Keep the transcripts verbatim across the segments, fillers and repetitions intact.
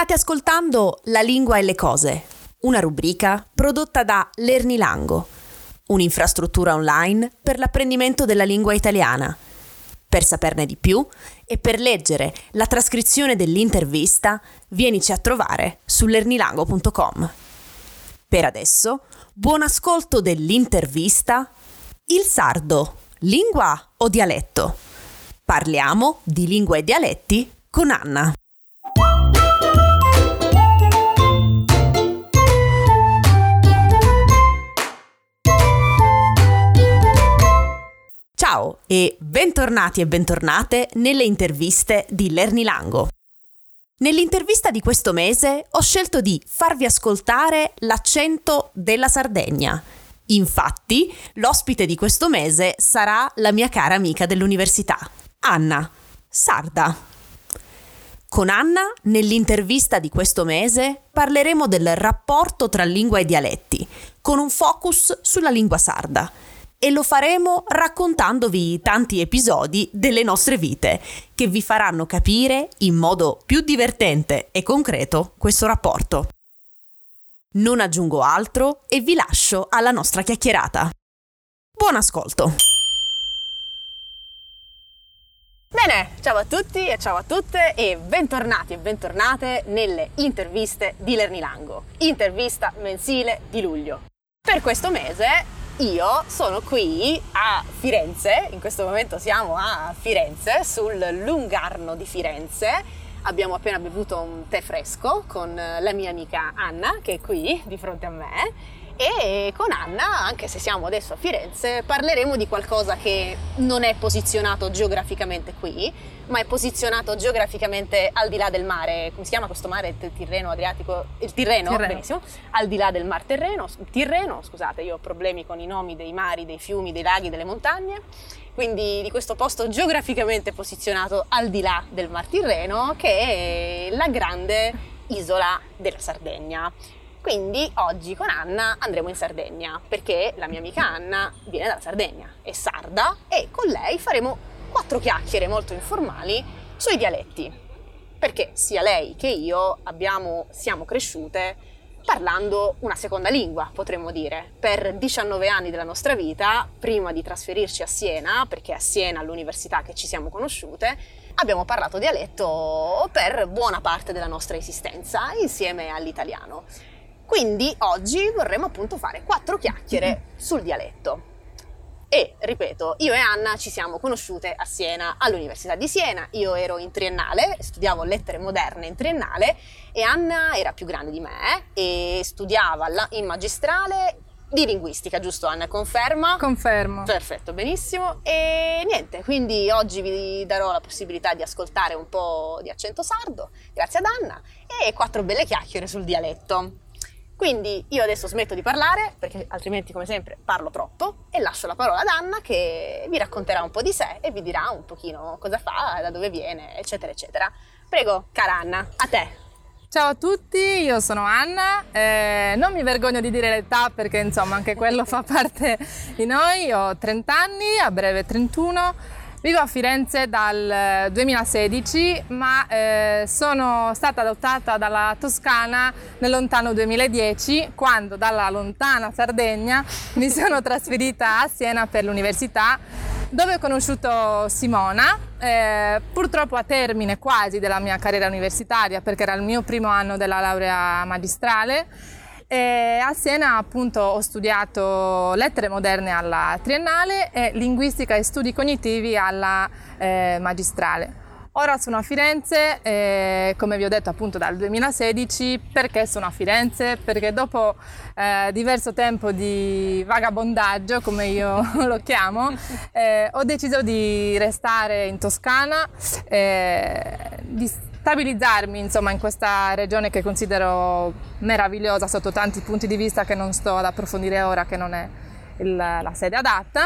State ascoltando La lingua e le cose, una rubrica prodotta da Lernilango, un'infrastruttura online per l'apprendimento della lingua italiana. Per saperne di più e per leggere la trascrizione dell'intervista, vienici a trovare su lernilango punto com. Per adesso, buon ascolto dell'intervista Il sardo, lingua o dialetto? Parliamo di lingua e dialetti con Anna. Ciao e bentornati e bentornate nelle interviste di Lernilango. Nell'intervista di questo mese ho scelto di farvi ascoltare l'accento della Sardegna. Infatti, l'ospite di questo mese sarà la mia cara amica dell'università, Anna, sarda. Con Anna, nell'intervista di questo mese, parleremo del rapporto tra lingua e dialetti, con un focus sulla lingua sarda. E lo faremo raccontandovi tanti episodi delle nostre vite, che vi faranno capire in modo più divertente e concreto questo rapporto. Non aggiungo altro e vi lascio alla nostra chiacchierata. Buon ascolto! Bene, ciao a tutti e ciao a tutte e bentornati e bentornate nelle interviste di Lernilango, intervista mensile di luglio. Per questo mese io sono qui a Firenze, in questo momento siamo a Firenze, sul Lungarno di Firenze. Abbiamo appena bevuto un tè fresco con la mia amica Anna, che è qui di fronte a me, e con Anna, anche se siamo adesso a Firenze, parleremo di qualcosa che non è posizionato geograficamente qui, ma è posizionato geograficamente al di là del mare. Come si chiama questo mare? Il Tirreno Adriatico? Il Tirreno, Tirreno. Benissimo. Al di là del Mar Terreno, Tirreno, scusate, io ho problemi con i nomi dei mari, dei fiumi, dei laghi, delle montagne. Quindi di questo posto geograficamente posizionato al di là del Mar Tirreno, che è la grande isola della Sardegna. Quindi oggi con Anna andremo in Sardegna, perché la mia amica Anna viene dalla Sardegna, è sarda, e con lei faremo quattro chiacchiere molto informali sui dialetti, perché sia lei che io abbiamo, siamo cresciute parlando una seconda lingua, potremmo dire. Per diciannove anni della nostra vita, prima di trasferirci a Siena, perché è a Siena all'università che ci siamo conosciute, abbiamo parlato dialetto per buona parte della nostra esistenza, insieme all'italiano. Quindi oggi vorremmo appunto fare quattro chiacchiere sul dialetto. E, ripeto, io e Anna ci siamo conosciute a Siena, all'Università di Siena. Io ero in triennale, studiavo lettere moderne in triennale, e Anna era più grande di me e studiava in magistrale di linguistica, giusto Anna? Conferma? Confermo. Perfetto, benissimo. E niente, quindi oggi vi darò la possibilità di ascoltare un po' di accento sardo, grazie ad Anna, e quattro belle chiacchiere sul dialetto. Quindi io adesso smetto di parlare, perché altrimenti, come sempre, parlo troppo, e lascio la parola ad Anna, che vi racconterà un po' di sé e vi dirà un pochino cosa fa, da dove viene, eccetera, eccetera. Prego, cara Anna, a te. Ciao a tutti, io sono Anna, eh, non mi vergogno di dire l'età perché insomma anche quello fa parte di noi. Io ho trenta anni, a breve trentuno. Vivo a Firenze dal duemilasedici, ma eh, sono stata adottata dalla Toscana nel lontano duemiladieci, quando dalla lontana Sardegna mi sono trasferita a Siena per l'università, dove ho conosciuto Simona, eh, purtroppo a termine quasi della mia carriera universitaria, perché era il mio primo anno della laurea magistrale. E a Siena appunto ho studiato lettere moderne alla triennale e linguistica e studi cognitivi alla eh, magistrale. Ora sono a Firenze, eh, come vi ho detto appunto dal duemilasedici. Perché sono a Firenze? Perché dopo eh, diverso tempo di vagabondaggio, come io lo chiamo, eh, ho deciso di restare in Toscana, eh, di stabilizzarmi insomma in questa regione che considero meravigliosa sotto tanti punti di vista, che non sto ad approfondire ora, che non è il, la sede adatta.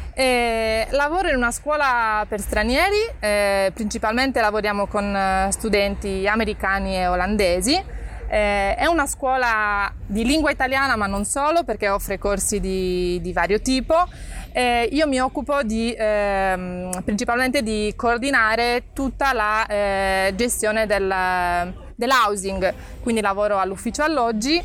E lavoro in una scuola per stranieri, eh, principalmente lavoriamo con studenti americani e olandesi. Eh, è una scuola di lingua italiana, ma non solo, perché offre corsi di, di vario tipo. Eh, io mi occupo di, ehm, principalmente di coordinare tutta la eh, gestione del, dell'housing, quindi lavoro all'ufficio alloggi,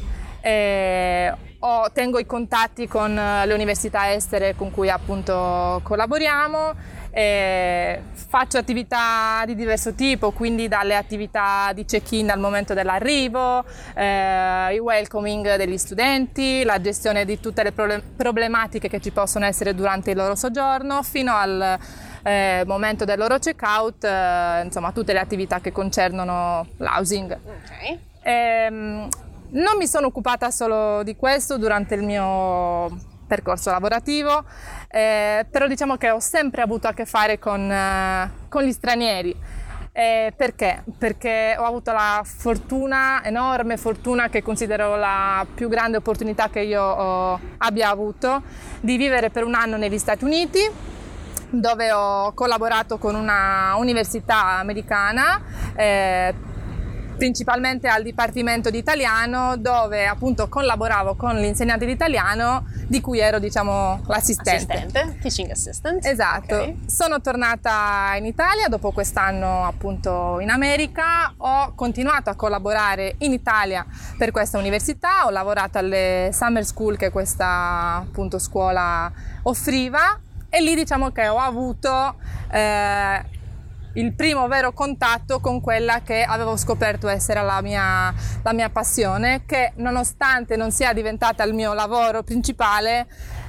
eh, ho, tengo i contatti con le università estere con cui appunto collaboriamo, eh, faccio attività di diverso tipo, quindi dalle attività di check-in al momento dell'arrivo, eh, il welcoming degli studenti, la gestione di tutte le problematiche che ci possono essere durante il loro soggiorno, fino al eh, momento del loro check-out, eh, insomma tutte le attività che concernono l'housing. Okay. Ehm, non mi sono occupata solo di questo durante il mio percorso lavorativo, eh, però diciamo che ho sempre avuto a che fare con, eh, con gli stranieri. Eh, perché? Perché ho avuto la fortuna, enorme fortuna, che considero la più grande opportunità che io oh, abbia avuto, di vivere per un anno negli Stati Uniti, dove ho collaborato con una università americana, eh, principalmente al Dipartimento di Italiano, dove appunto collaboravo con l'insegnante di italiano di cui ero, diciamo, l'assistente. Assistente, teaching assistant. Esatto. Okay. Sono tornata in Italia dopo quest'anno appunto in America, ho continuato a collaborare in Italia per questa università, ho lavorato alle summer school che questa appunto scuola offriva, e lì diciamo che ho avuto eh, il primo vero contatto con quella che avevo scoperto essere la mia, la mia passione, che nonostante non sia diventata il mio lavoro principale,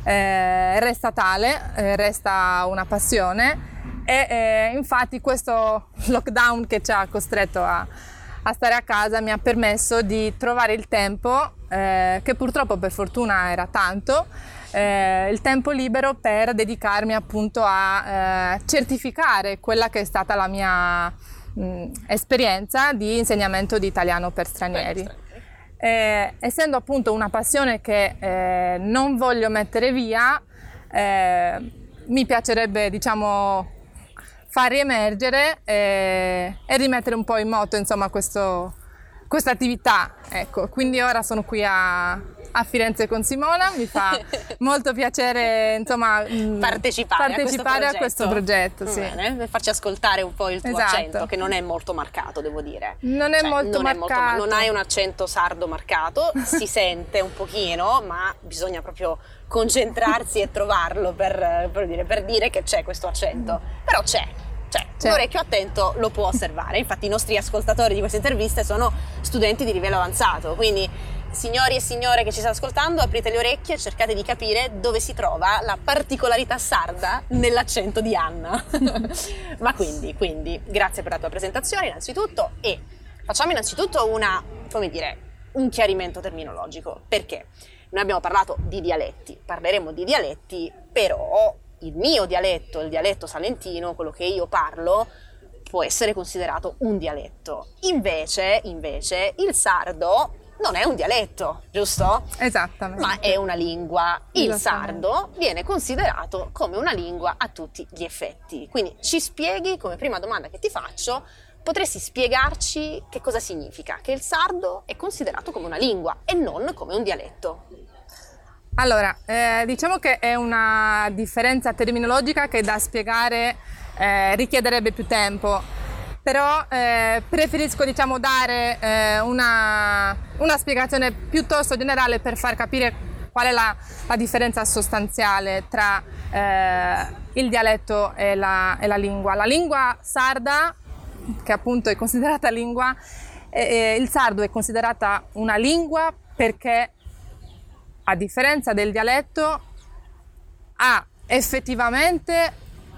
eh, resta tale, eh, resta una passione, e eh, infatti questo lockdown che ci ha costretto a, a stare a casa mi ha permesso di trovare il tempo, eh, che purtroppo per fortuna era tanto, Eh, il tempo libero per dedicarmi appunto a eh, certificare quella che è stata la mia mh, esperienza di insegnamento di italiano per stranieri. Eh, essendo appunto una passione che eh, non voglio mettere via, eh, mi piacerebbe, diciamo, far riemergere e, e rimettere un po' in moto, insomma, questo, questa attività. Ecco, quindi ora sono qui a, a Firenze con Simona, mi fa molto piacere, insomma, partecipare, partecipare a questo progetto, a questo progetto, sì. Bene, farci ascoltare un po' il tuo Esatto. accento, che non è molto marcato, devo dire. Non è cioè, molto non marcato. È molto, non hai un accento sardo marcato, si sente un pochino, ma bisogna proprio concentrarsi e trovarlo per, per, dire, per dire che c'è questo accento. Però c'è. Cioè, un orecchio attento lo può osservare. Infatti i nostri ascoltatori di queste interviste sono studenti di livello avanzato, quindi signori e signore che ci state ascoltando, aprite le orecchie e cercate di capire dove si trova la particolarità sarda nell'accento di Anna. Ma quindi, quindi, grazie per la tua presentazione innanzitutto, e facciamo innanzitutto una, come dire, un chiarimento terminologico, perché noi abbiamo parlato di dialetti, parleremo di dialetti, però il mio dialetto, il dialetto salentino, quello che io parlo, può essere considerato un dialetto. Invece, invece, il sardo non è un dialetto, giusto? Esattamente. Ma è una lingua. Il sardo viene considerato come una lingua a tutti gli effetti. Quindi ci spieghi, come prima domanda che ti faccio, potresti spiegarci che cosa significa che il sardo è considerato come una lingua e non come un dialetto? Allora, eh, diciamo che è una differenza terminologica che da spiegare eh, richiederebbe più tempo, però eh, preferisco, diciamo, dare eh, una, una spiegazione piuttosto generale per far capire qual è la, la differenza sostanziale tra eh, il dialetto e la, e la lingua. La lingua sarda, che appunto è considerata lingua, eh, il sardo è considerata una lingua perché, a differenza del dialetto, ha effettivamente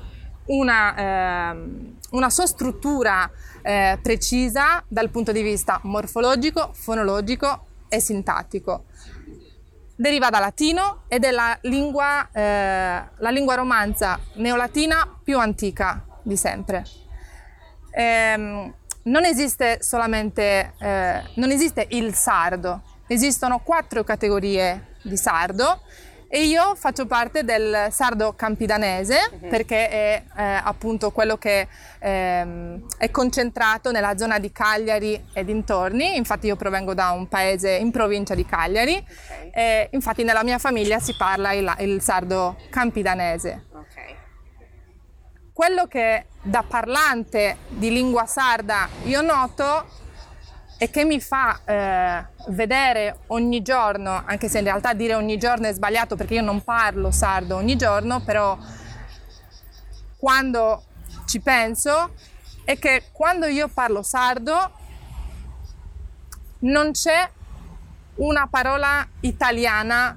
una, eh, una sua struttura eh, precisa dal punto di vista morfologico, fonologico e sintattico. Deriva dal latino ed è la lingua, eh, la lingua romanza neolatina più antica di sempre. Eh, non esiste solamente, eh, non esiste il sardo, esistono quattro categorie di sardo e io faccio parte del sardo campidanese, uh-huh. perché è eh, appunto quello che ehm, è concentrato nella zona di Cagliari e dintorni. Infatti io provengo da un paese in provincia di Cagliari, okay. e infatti nella mia famiglia si parla il, il sardo campidanese. Okay. Quello che da parlante di lingua sarda io noto e che mi fa eh, vedere ogni giorno, anche se in realtà dire ogni giorno è sbagliato perché io non parlo sardo ogni giorno, però quando ci penso è che quando io parlo sardo non c'è una parola italiana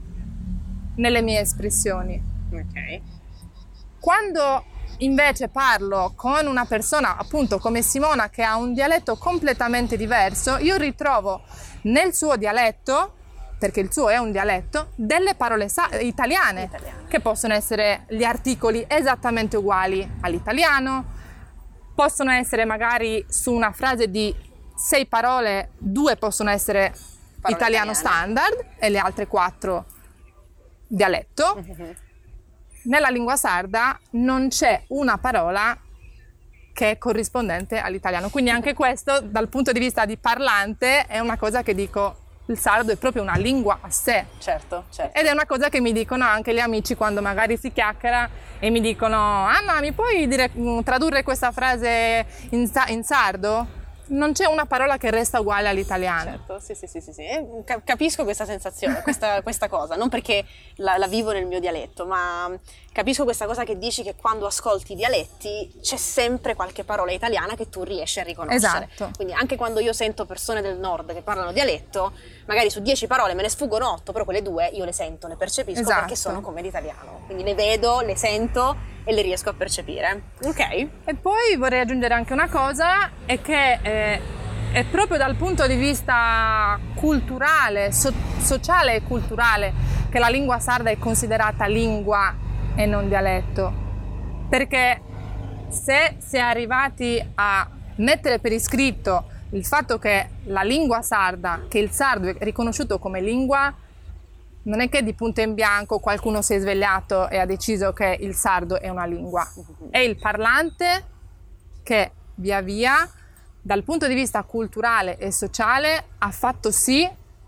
nelle mie espressioni. Ok. Quando invece parlo con una persona, appunto come Simona, che ha un dialetto completamente diverso, io ritrovo nel suo dialetto, perché il suo è un dialetto, delle parole sa- italiane, Italiane. che possono essere gli articoli esattamente uguali all'italiano, possono essere magari su una frase di sei parole, due possono essere Parole italiano italiane. standard e le altre quattro dialetto. Mm-hmm. Nella lingua sarda non c'è una parola che è corrispondente all'italiano, quindi anche questo dal punto di vista di parlante è una cosa che dico, il sardo è proprio una lingua a sé. Certo, certo. Ed è una cosa che mi dicono anche gli amici quando magari si chiacchiera e mi dicono: Anna, mi puoi dire, tradurre questa frase in, sa- in sardo? Non c'è una parola che resta uguale all'italiano. Certo, sì, sì, sì, sì, sì. Eh, ca- capisco questa sensazione, questa, questa cosa, non perché la, la vivo nel mio dialetto, ma capisco questa cosa che dici, che quando ascolti i dialetti c'è sempre qualche parola italiana che tu riesci a riconoscere. Esatto. Quindi anche quando io sento persone del nord che parlano dialetto, magari su dieci parole me ne sfuggono otto, però quelle due io le sento, le percepisco, Esatto. perché sono come l'italiano. Quindi le vedo, le sento e le riesco a percepire. Ok. E poi vorrei aggiungere anche una cosa, è che eh, è proprio dal punto di vista culturale, so- sociale e culturale, che la lingua sarda è considerata lingua e non dialetto. Perché se si è arrivati a mettere per iscritto il fatto che la lingua sarda, che il sardo è riconosciuto come lingua, non è che di punto in bianco qualcuno si è svegliato e ha deciso che il sardo è una lingua. È il parlante che via via, dal punto di vista culturale e sociale, ha fatto sì,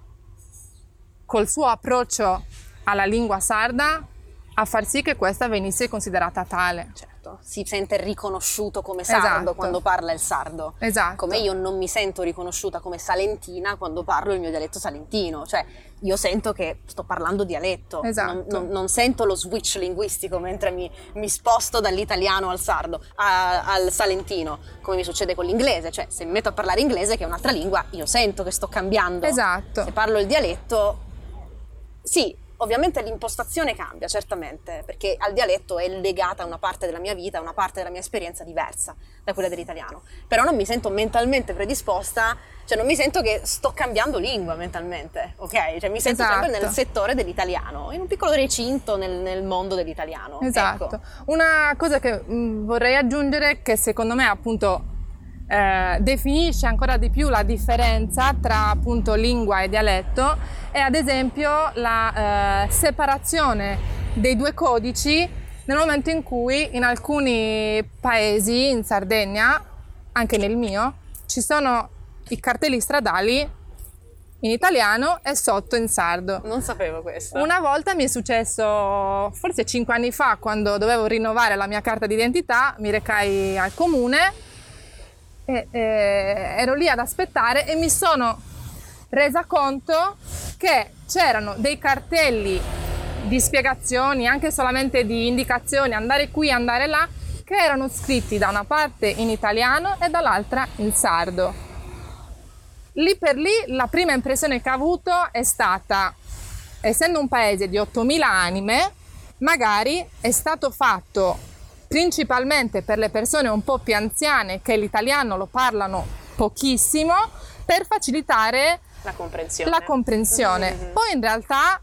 col suo approccio alla lingua sarda, a far sì che questa venisse considerata tale. Certo, si sente riconosciuto come sardo Esatto. quando parla il sardo. Esatto. Come io non mi sento riconosciuta come salentina quando parlo il mio dialetto salentino, cioè io sento che sto parlando dialetto, Esatto. non, non, non sento lo switch linguistico mentre mi, mi sposto dall'italiano al sardo, a, al salentino, come mi succede con l'inglese, cioè se mi metto a parlare inglese, che è un'altra lingua, io sento che sto cambiando. Esatto. Se parlo il dialetto, sì, ovviamente l'impostazione cambia, certamente, perché al dialetto è legata una parte della mia vita, una parte della mia esperienza diversa da quella dell'italiano. Però non mi sento mentalmente predisposta, cioè non mi sento che sto cambiando lingua mentalmente, ok? Cioè mi sento Esatto. sempre nel settore dell'italiano, in un piccolo recinto nel, nel mondo dell'italiano. Esatto. Ecco. Una cosa che mh, vorrei aggiungere, che secondo me appunto eh, definisce ancora di più la differenza tra appunto lingua e dialetto, è ad esempio la eh, separazione dei due codici nel momento in cui in alcuni paesi, in Sardegna, anche nel mio, ci sono i cartelli stradali in italiano e sotto in sardo. Non sapevo questo. Una volta mi è successo, forse cinque anni fa, quando dovevo rinnovare la mia carta d'identità, mi recai al comune e eh, ero lì ad aspettare e mi sono resa conto che c'erano dei cartelli di spiegazioni, anche solamente di indicazioni, andare qui, andare là, che erano scritti da una parte in italiano e dall'altra in sardo. Lì per lì la prima impressione che ho avuto è stata, essendo un paese di ottomila anime, magari è stato fatto principalmente per le persone un po' più anziane che l'italiano lo parlano pochissimo, per facilitare La comprensione. la comprensione. Mm-hmm. Poi in realtà,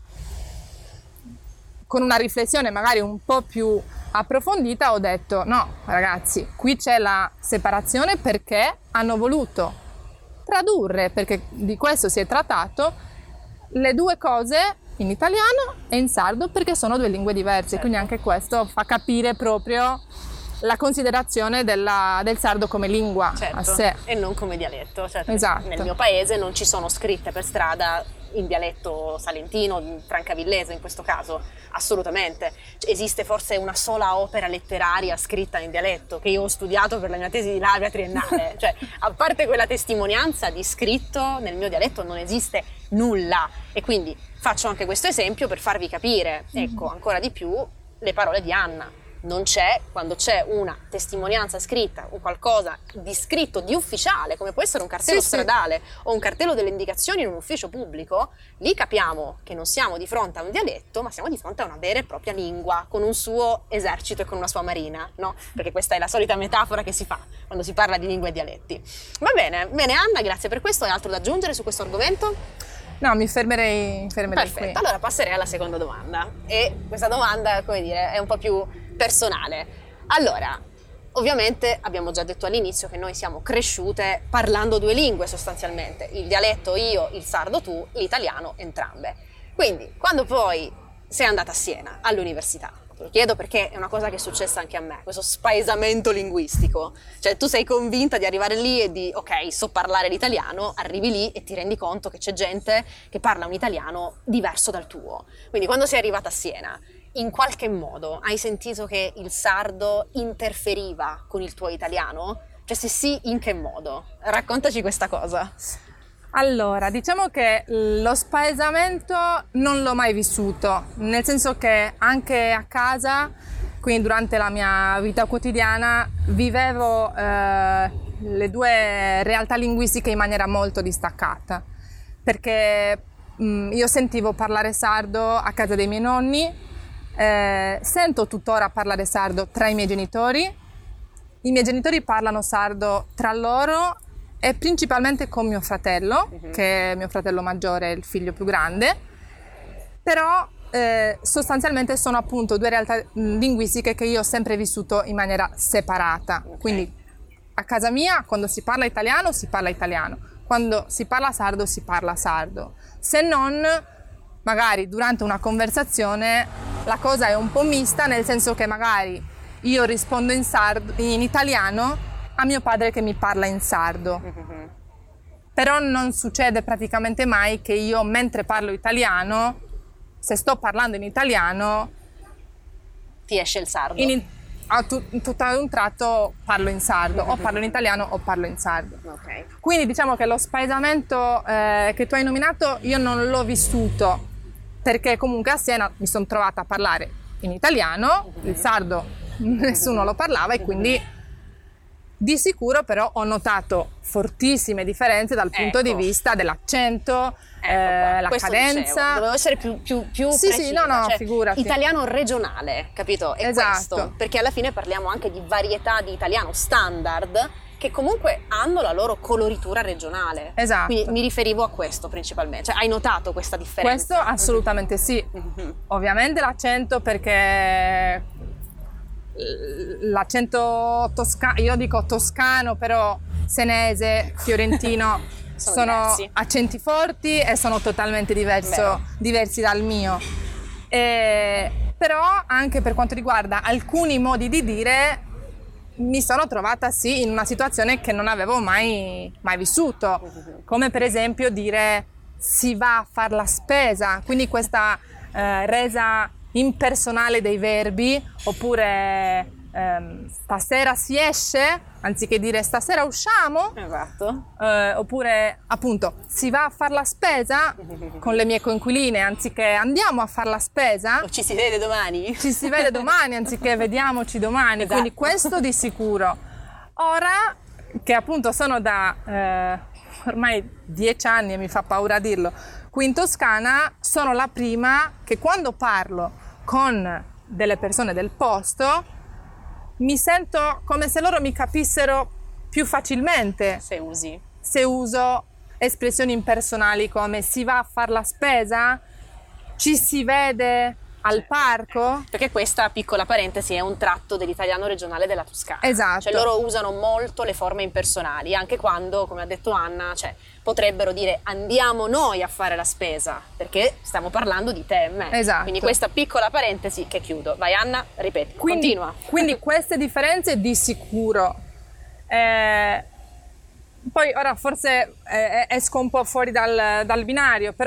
con una riflessione magari un po' più approfondita, ho detto no ragazzi, qui c'è la separazione perché hanno voluto tradurre, perché di questo si è trattato, le due cose in italiano e in sardo, perché sono due lingue diverse. Certo. Quindi anche questo fa capire proprio la considerazione della, del sardo come lingua Certo, a sé. e non come dialetto. Cioè, Esatto. Nel mio paese non ci sono scritte per strada in dialetto salentino, francavillese in questo caso, assolutamente. Esiste forse una sola opera letteraria scritta in dialetto che io ho studiato per la mia tesi di laurea triennale, cioè a parte quella testimonianza di scritto nel mio dialetto non esiste nulla, e quindi faccio anche questo esempio per farvi capire, ecco, ancora di più le parole di Anna. Non c'è, quando c'è una testimonianza scritta o qualcosa di scritto, di ufficiale, come può essere un cartello sì, stradale sì. o un cartello delle indicazioni in un ufficio pubblico, lì capiamo che non siamo di fronte a un dialetto, ma siamo di fronte a una vera e propria lingua, con un suo esercito e con una sua marina, no? Perché questa è la solita metafora che si fa quando si parla di lingue e dialetti. Va bene, bene Anna, grazie per questo. Hai altro da aggiungere su questo argomento? No, mi fermerei, mi fermerei Perfetto, qui. allora passerei alla seconda domanda, e questa domanda, come dire, è un po' più personale. Allora, ovviamente abbiamo già detto all'inizio che noi siamo cresciute parlando due lingue sostanzialmente, il dialetto io, il sardo tu, l'italiano entrambe. Quindi, quando poi sei andata a Siena all'università, te lo chiedo perché è una cosa che è successa anche a me, questo spaesamento linguistico, cioè tu sei convinta di arrivare lì e di ok, so parlare l'italiano, arrivi lì e ti rendi conto che c'è gente che parla un italiano diverso dal tuo. Quindi quando sei arrivata a Siena, in qualche modo hai sentito che il sardo interferiva con il tuo italiano? Cioè se sì, in che modo? Raccontaci questa cosa. Allora, diciamo che lo spaesamento non l'ho mai vissuto, nel senso che anche a casa, quindi durante la mia vita quotidiana, vivevo eh, le due realtà linguistiche in maniera molto distaccata, perché mh, io sentivo parlare sardo a casa dei miei nonni, eh, sento tuttora parlare sardo tra i miei genitori, i miei genitori parlano sardo tra loro e principalmente con mio fratello, uh-huh. che è mio fratello maggiore, il figlio più grande, però eh, sostanzialmente sono appunto due realtà linguistiche che io ho sempre vissuto in maniera separata. Okay. Quindi a casa mia quando si parla italiano si parla italiano, quando si parla sardo si parla sardo, se non magari durante una conversazione la cosa è un po' mista, nel senso che magari io rispondo in, sardo, in italiano a mio padre che mi parla in sardo. Mm-hmm. Però non succede praticamente mai che io mentre parlo italiano, se sto parlando in italiano, ti esce il sardo. In, a tu, tutto ad un tratto parlo in sardo, mm-hmm. o parlo in italiano o parlo in sardo. Okay. Quindi diciamo che lo spaesamento eh, che tu hai nominato io non l'ho vissuto, perché comunque a Siena mi sono trovata a parlare in italiano, mm-hmm. il sardo nessuno lo parlava e quindi di sicuro però ho notato fortissime differenze dal punto ecco. di vista dell'accento, ecco eh, la questo cadenza. Dicevo. Dovevo essere più, più, più sì, precisa. Sì, no, no, cioè, figurati. Italiano regionale, capito? È esatto. questo, perché alla fine parliamo anche di varietà di italiano standard che comunque hanno la loro coloritura regionale. Esatto. Quindi mi riferivo a questo principalmente. Cioè, hai notato questa differenza? Questo assolutamente sì. Mm-hmm. Ovviamente l'accento, perché l'accento toscano, io dico toscano, però senese, fiorentino sono, sono accenti forti e sono totalmente diverso, diversi dal mio. E, però anche per quanto riguarda alcuni modi di dire mi sono trovata sì in una situazione che non avevo mai, mai vissuto, come per esempio dire si va a far la spesa, quindi questa eh, resa impersonale dei verbi, oppure ehm, stasera si esce anziché dire stasera usciamo, esatto. eh, oppure appunto si va a far la spesa con le mie coinquiline anziché andiamo a far la spesa, o ci si vede domani, ci si vede domani anziché vediamoci domani, esatto. Quindi questo di sicuro. Ora che appunto sono da eh, ormai dieci anni e mi fa paura dirlo qui in Toscana, sono la prima che quando parlo con delle persone del posto mi sento come se loro mi capissero più facilmente se usi se uso espressioni impersonali come si va a far la spesa, ci si vede al parco, perché questa piccola parentesi è un tratto dell'italiano regionale della Toscana. Esatto. Cioè loro usano molto le forme impersonali, anche quando, come ha detto Anna, cioè potrebbero dire andiamo noi a fare la spesa, perché stiamo parlando di te e me. Esatto. Quindi questa piccola parentesi che chiudo. Vai Anna, ripeti, quindi, continua. Quindi queste differenze di sicuro. Eh, poi ora forse eh, esco un po' fuori dal, dal binario, però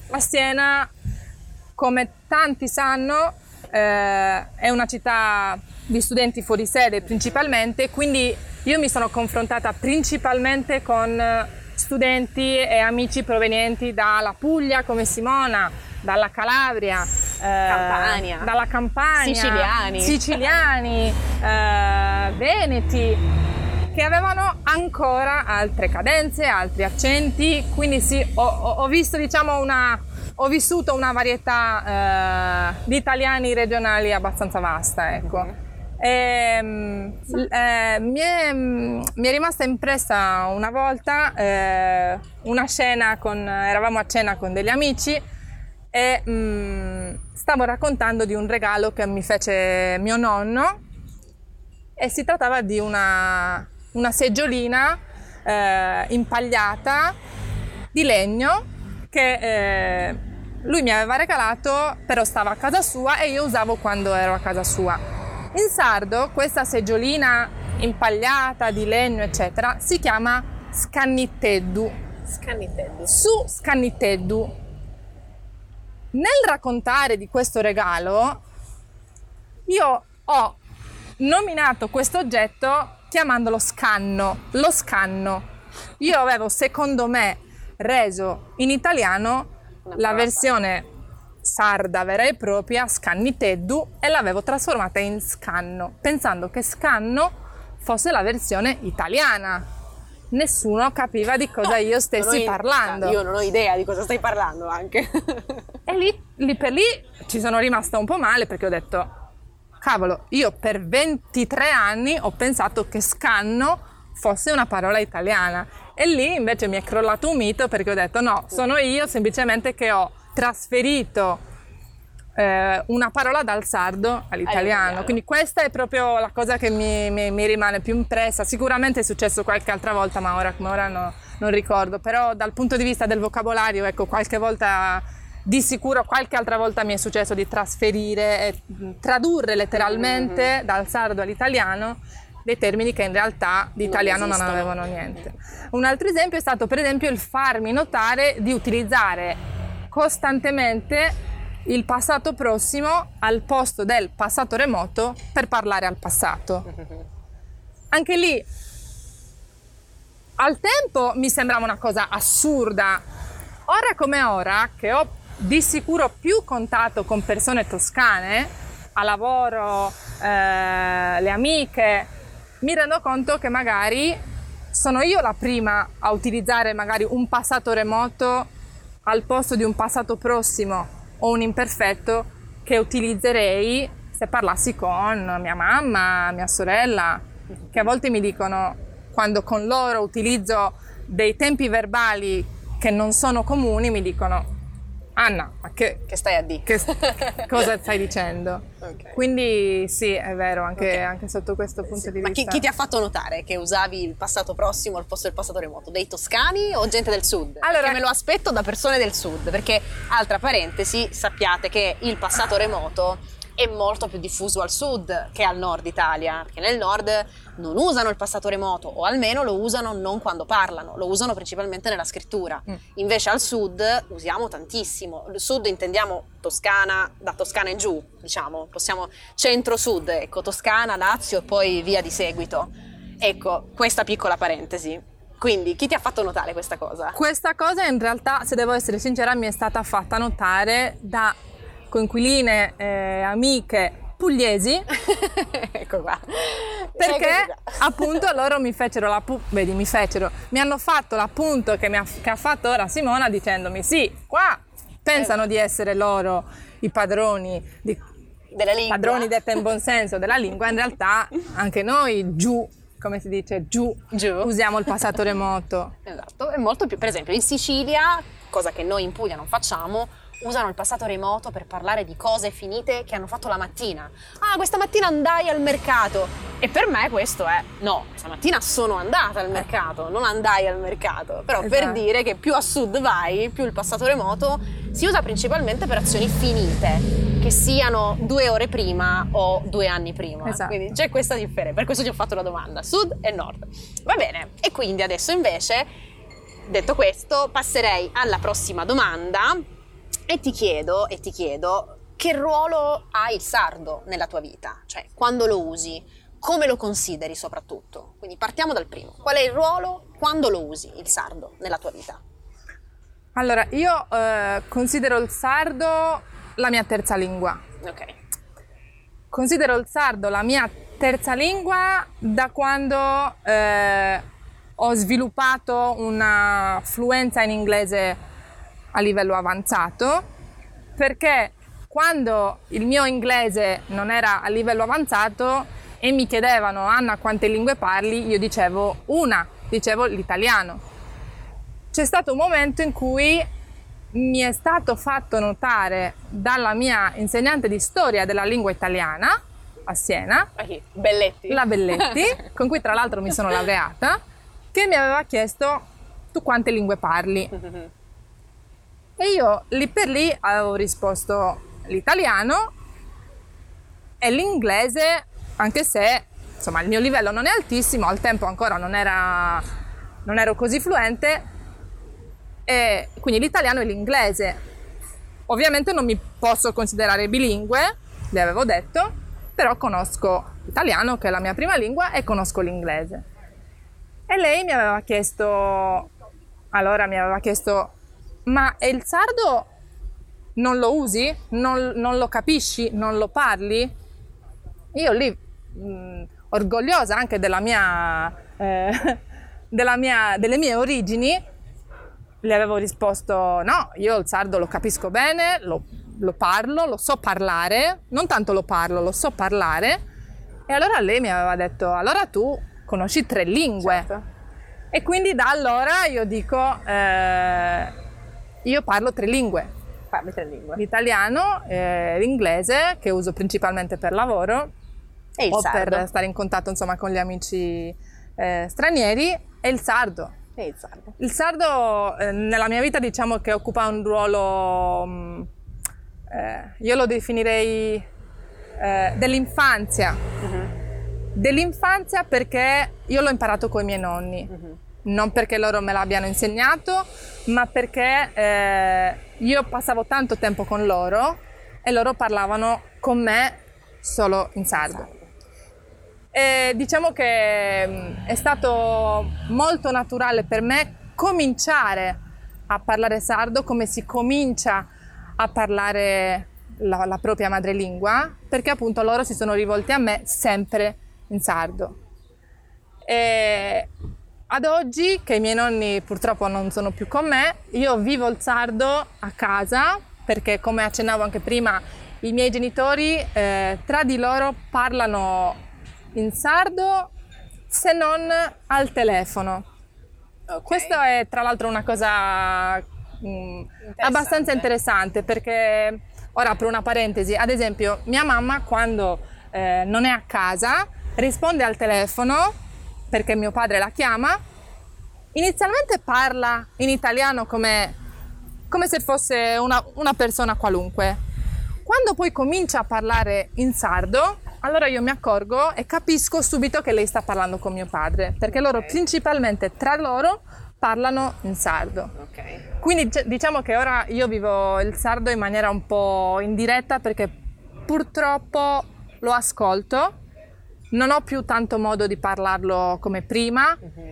a Siena, come tanti sanno, eh, è una città di studenti fuori sede principalmente, quindi io mi sono confrontata principalmente con studenti e amici provenienti dalla Puglia come Simona, dalla Calabria, eh, Campania, dalla Campania, siciliani, siciliani eh, veneti, che avevano ancora altre cadenze, altri accenti, quindi sì, ho, ho visto, diciamo, una, ho vissuto una varietà eh, di italiani regionali abbastanza vasta, ecco. Mm-hmm. E, eh, mi, è, mi è rimasta impressa una volta eh, una scena con, eravamo a cena con degli amici e mh, stavo raccontando di un regalo che mi fece mio nonno, e si trattava di una, una seggiolina eh, impagliata di legno che eh, lui mi aveva regalato, però stava a casa sua e io usavo quando ero a casa sua. In sardo questa seggiolina impagliata di legno eccetera si chiama scanniteddu. Scanniteddu. Su scanniteddu. Nel raccontare di questo regalo io ho nominato questo oggetto chiamandolo scanno, lo scanno. Io avevo, secondo me, reso in italiano la versione sarda vera e propria, scanniteddu, e l'avevo trasformata in scanno, pensando che scanno fosse la versione italiana. Nessuno capiva di cosa io stessi parlando. Io non ho idea di cosa stai parlando anche. E lì, lì per lì ci sono rimasta un po' male, perché ho detto, cavolo, io per ventitré anni ho pensato che scanno fosse una parola italiana, e lì invece mi è crollato un mito, perché ho detto no, sono io semplicemente che ho trasferito eh, una parola dal sardo all'italiano. Quindi questa è proprio la cosa che mi, mi, mi rimane più impressa. Sicuramente è successo qualche altra volta, ma ora come ora no, non ricordo, però dal punto di vista del vocabolario, ecco, qualche volta, di sicuro qualche altra volta mi è successo di trasferire e tradurre letteralmente mm-hmm. dal sardo all'italiano dei termini che in realtà di italiano non, non avevano niente. Un altro esempio è stato, per esempio, il farmi notare di utilizzare costantemente il passato prossimo al posto del passato remoto per parlare al passato. Anche lì, al tempo mi sembrava una cosa assurda. Ora come ora, che ho di sicuro più contatto con persone toscane, a lavoro, eh, le amiche, mi rendo conto che magari sono io la prima a utilizzare magari un passato remoto al posto di un passato prossimo o un imperfetto che utilizzerei se parlassi con mia mamma, mia sorella, che a volte mi dicono, quando con loro utilizzo dei tempi verbali che non sono comuni, mi dicono: Anna, ma che, che stai a dire? Che, cosa stai dicendo? Okay. Quindi sì, è vero, anche, okay. anche sotto questo punto sì. di ma vista. Ma chi, chi ti ha fatto notare che usavi il passato prossimo al posto del passato remoto? Dei toscani o gente del sud? Allora, perché me lo aspetto da persone del sud, perché, altra parentesi, sappiate che il passato remoto è molto più diffuso al sud che al nord Italia, perché nel nord non usano il passato remoto, o almeno lo usano non quando parlano, lo usano principalmente nella scrittura. Mm. Invece al sud usiamo tantissimo. Il sud intendiamo Toscana, da Toscana in giù, diciamo, possiamo centro-sud, ecco, Toscana, Lazio e poi via di seguito. Ecco, questa piccola parentesi. Quindi, chi ti ha fatto notare questa cosa? Questa cosa in realtà, se devo essere sincera, mi è stata fatta notare da coinquiline, eh, amiche pugliesi. Ecco qua. Perché ecco qua. Appunto loro mi fecero la pu- vedi mi fecero mi hanno fatto l'appunto che, mi ha, che ha fatto ora Simona, dicendomi: sì, qua pensano eh. di essere loro i padroni di, della lingua, padroni detta in buon senso della lingua. In realtà anche noi giù, come si dice, giù, giù. usiamo il passato remoto. Esatto, è molto più, per esempio in Sicilia, cosa che noi in Puglia non facciamo, usano il passato remoto per parlare di cose finite che hanno fatto la mattina. Ah, questa mattina andai al mercato. E per me questo è, no, questa mattina sono andata al mercato, non andai al mercato. Però esatto. Per dire che più a sud vai, più il passato remoto si usa principalmente per azioni finite, che siano due ore prima o due anni prima. Esatto. Quindi c'è questa differenza, per questo ti ho fatto la domanda, sud e nord. Va bene, e quindi adesso invece, detto questo, passerei alla prossima domanda, E ti chiedo, e ti chiedo, che ruolo ha il sardo nella tua vita? Cioè, quando lo usi, come lo consideri soprattutto? Quindi partiamo dal primo. Qual è il ruolo, quando lo usi il sardo nella tua vita? Allora, io eh, considero il sardo la mia terza lingua. Ok. Considero il sardo la mia terza lingua da quando eh, ho sviluppato una fluenza in inglese a livello avanzato, perché quando il mio inglese non era a livello avanzato e mi chiedevano: Anna, quante lingue parli? Io dicevo una, dicevo l'italiano. C'è stato un momento in cui mi è stato fatto notare dalla mia insegnante di storia della lingua italiana a Siena, Belletti. la Belletti, con cui tra l'altro mi sono laureata, che mi aveva chiesto: tu quante lingue parli? Mm-hmm. E io lì per lì avevo risposto l'italiano e l'inglese, anche se insomma il mio livello non è altissimo, al tempo ancora non era non ero così fluente, e quindi l'italiano e l'inglese. Ovviamente non mi posso considerare bilingue, le avevo detto, però conosco l'italiano, che è la mia prima lingua, e conosco l'inglese. E lei mi aveva chiesto, allora mi aveva chiesto: ma e il sardo non lo usi? Non, non lo capisci? Non lo parli? Io lì, mh, orgogliosa anche della mia, eh, della mia, delle mie origini, le avevo risposto: no, io il sardo lo capisco bene, lo, lo parlo, lo so parlare, non tanto lo parlo, lo so parlare. E allora lei mi aveva detto: allora tu conosci tre lingue. Certo. E quindi da allora io dico, eh, io parlo tre lingue. Parli tre lingue. L'italiano, eh, l'inglese, che uso principalmente per lavoro, E il o sardo. per stare in contatto insomma con gli amici eh, stranieri, e il sardo. E il sardo. Il sardo eh, nella mia vita diciamo che occupa un ruolo, mh, eh, io lo definirei eh, dell'infanzia. Mm-hmm. Dell'infanzia perché io l'ho imparato con i miei nonni, Mm-hmm. non perché loro me l'abbiano insegnato, ma perché eh, io passavo tanto tempo con loro e loro parlavano con me solo in sardo. E diciamo che mh, è stato molto naturale per me cominciare a parlare sardo, come si comincia a parlare la, la propria madrelingua, perché appunto loro si sono rivolti a me sempre in sardo. E ad oggi, che i miei nonni purtroppo non sono più con me, io vivo il sardo a casa, perché come accennavo anche prima, i miei genitori eh, tra di loro parlano in sardo, se non al telefono. Okay. Questo è tra l'altro una cosa mh, abbastanza interessante, perché ora apro una parentesi. Ad esempio, mia mamma quando eh, non è a casa risponde al telefono perché mio padre la chiama. Inizialmente parla in italiano come, come se fosse una, una persona qualunque. Quando poi comincia a parlare in sardo, allora io mi accorgo e capisco subito che lei sta parlando con mio padre, perché loro Okay. principalmente tra loro parlano in sardo. Ok. Quindi c- diciamo che ora io vivo il sardo in maniera un po' indiretta, perché purtroppo lo ascolto, non ho più tanto modo di parlarlo come prima, Mm-hmm.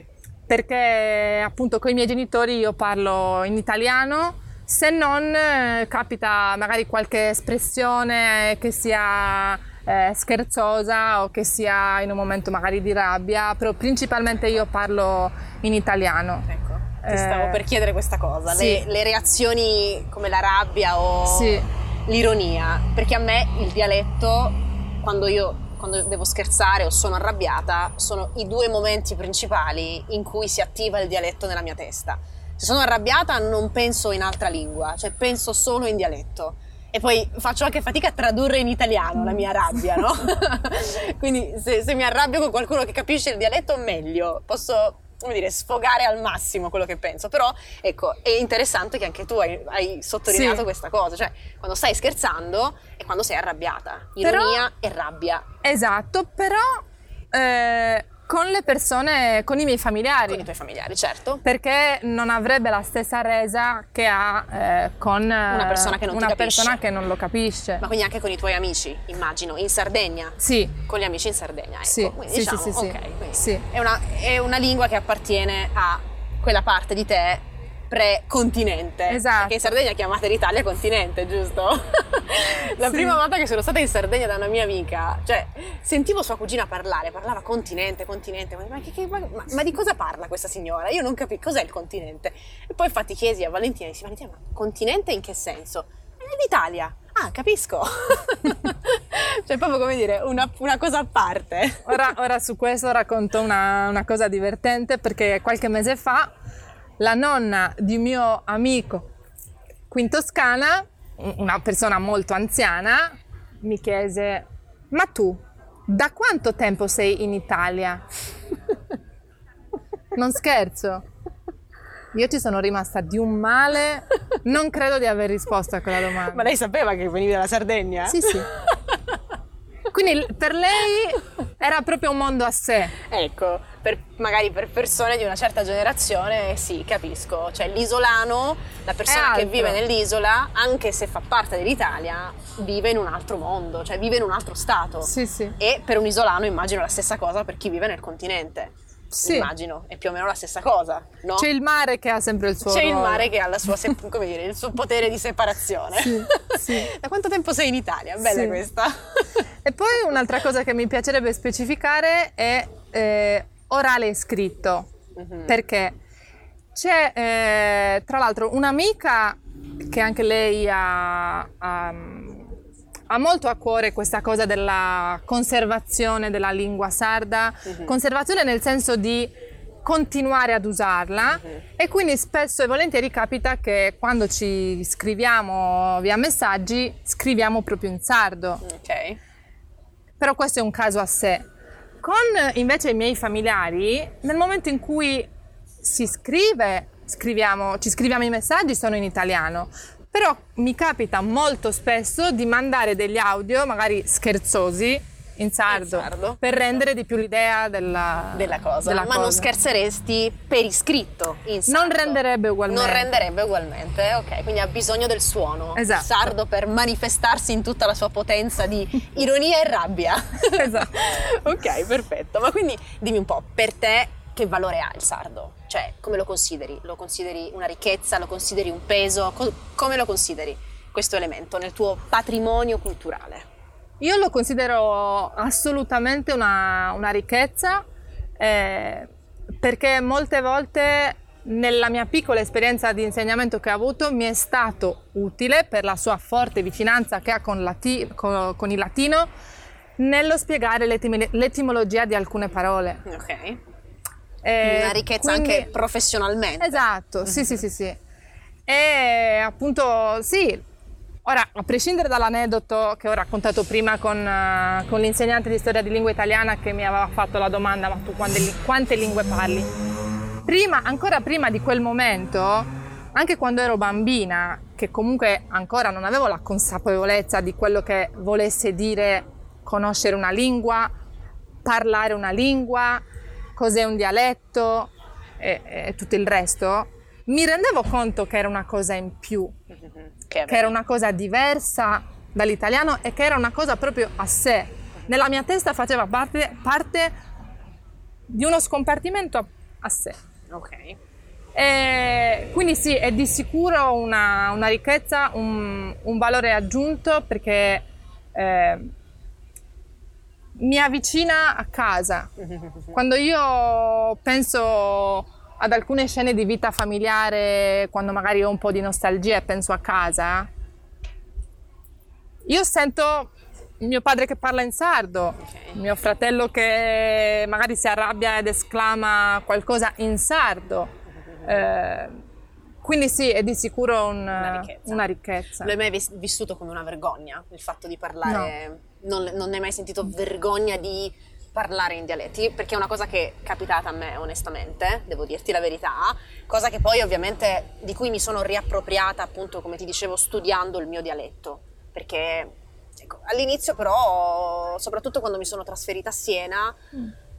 perché appunto con i miei genitori io parlo in italiano, se non eh, capita magari qualche espressione che sia eh, scherzosa o che sia in un momento magari di rabbia, però principalmente io parlo in italiano. Ecco, ti Eh, stavo per chiedere questa cosa, sì. le, le reazioni come la rabbia o Sì. l'ironia, perché a me il dialetto, quando io quando devo scherzare o sono arrabbiata, sono i due momenti principali in cui si attiva il dialetto nella mia testa. Se sono arrabbiata non penso in altra lingua, cioè penso solo in dialetto. E poi faccio anche fatica a tradurre in italiano la mia rabbia, no? Quindi se, se mi arrabbio con qualcuno che capisce il dialetto, meglio. Posso, come dire, sfogare al massimo quello che penso. Però, ecco, è interessante che anche tu hai, hai sottolineato Sì. questa cosa. Cioè, quando stai scherzando e quando sei arrabbiata. Ironia e rabbia. Esatto, però eh, Con le persone, con i miei familiari. Con i tuoi familiari, certo. Perché non avrebbe la stessa resa che ha eh, con una persona che non una ti capisce. persona che non lo capisce. Ma quindi anche con i tuoi amici, immagino, in Sardegna? Sì. Con gli amici in Sardegna, ecco. Sì, Quindi, sì, diciamo, sì, sì, ok, quindi sì. È, una, è una lingua che appartiene a quella parte di te pre-continente. Esatto. Perché in Sardegna chiamate l'Italia continente, giusto? La Sì. prima volta che sono stata in Sardegna da una mia amica, cioè, sentivo sua cugina parlare, parlava continente, continente, ma, che, che, ma, ma, ma di cosa parla questa signora? Io non capisco, cos'è il continente? E poi infatti chiesi a Valentina, dissi, Valentina, ma continente in che senso? È l'Italia. Ah, capisco. Cioè, proprio come dire, una, una cosa a parte. Ora, ora su questo racconto una, una cosa divertente, perché qualche mese fa la nonna di un mio amico qui in Toscana, una persona molto anziana, mi chiese: ma tu da quanto tempo sei in Italia? Non scherzo. Io ci sono rimasta di un male, non credo di aver risposto a quella domanda. Ma lei sapeva che venivi dalla Sardegna? Sì, sì. Quindi per lei era proprio un mondo a sé. Ecco, per, magari per persone di una certa generazione, sì, capisco. Cioè l'isolano, la persona che altro. vive nell'isola, anche se fa parte dell'Italia, vive in un altro mondo, cioè vive in un altro stato. Sì, sì. E per un isolano immagino la stessa cosa per chi vive nel continente. Sì. Immagino, è più o meno la stessa cosa, no? C'è il mare che ha sempre il suo C'è il ruolo. mare che ha la sua, se- come dire, il suo potere di separazione. Sì, sì. Da quanto tempo sei in Italia? Bella Sì. questa. E poi un'altra cosa che mi piacerebbe specificare è eh, orale e scritto, Mhm. perché c'è eh, tra l'altro un'amica che anche lei ha, ha, ha molto a cuore questa cosa della conservazione della lingua sarda, Mhm. conservazione nel senso di continuare ad usarla, Mhm. e quindi spesso e volentieri capita che quando ci scriviamo via messaggi scriviamo proprio in sardo. Ok. Però questo è un caso a sé. Con invece i miei familiari, nel momento in cui si scrive, scriviamo, ci scriviamo i messaggi, sono in italiano. Però mi capita molto spesso di mandare degli audio, magari scherzosi, in sardo, In sardo. per rendere di più l'idea della, Della cosa, della ma non cosa. scherzeresti per iscritto in sardo. Non renderebbe ugualmente. Non renderebbe ugualmente, ok, quindi ha bisogno del suono. Esatto. Il sardo per manifestarsi in tutta la sua potenza di ironia e rabbia. Esatto. Ok, perfetto. Ma quindi dimmi un po', per te che valore ha il sardo? Cioè, come lo consideri? Lo consideri una ricchezza? Lo consideri un peso? Co- come lo consideri questo elemento nel tuo patrimonio culturale? Io lo considero assolutamente una, una ricchezza, eh, perché molte volte nella mia piccola esperienza di insegnamento che ho avuto mi è stato utile, per la sua forte vicinanza che ha con, lati- con, con il latino, nello spiegare l'etim- l'etimologia di alcune parole. Ok. Eh, Una ricchezza quindi- anche professionalmente. Esatto, sì, sì, sì, sì. E appunto, sì, ora, a prescindere dall'aneddoto che ho raccontato prima con, eh, con l'insegnante di storia di lingua italiana che mi aveva fatto la domanda: ma tu quante, li- quante lingue parli? Prima, ancora prima di quel momento, anche quando ero bambina, che comunque ancora non avevo la consapevolezza di quello che volesse dire conoscere una lingua, parlare una lingua, cos'è un dialetto e, e tutto il resto, mi rendevo conto che era una cosa in più, Che, che era una cosa diversa dall'italiano e che era una cosa proprio a sé. Nella mia testa faceva parte, parte di uno scompartimento a, a sé. Ok. E quindi sì, è di sicuro una, una ricchezza, un, un valore aggiunto, perché eh, mi avvicina a casa. Quando io penso ad alcune scene di vita familiare, quando magari ho un po' di nostalgia e penso a casa, io sento mio padre che parla in sardo, Ok. mio fratello che magari si arrabbia ed esclama qualcosa in sardo. Eh, quindi sì, è di sicuro un- Una ricchezza. una ricchezza. L'hai mai vis- vissuto come una vergogna il fatto di parlare? Non, non ne hai mai sentito vergogna di parlare in dialetti? Perché è una cosa che è capitata a me, onestamente, devo dirti la verità, cosa che poi ovviamente di cui mi sono riappropriata, appunto, come ti dicevo, studiando il mio dialetto. Perché ecco, all'inizio però, soprattutto quando mi sono trasferita a Siena,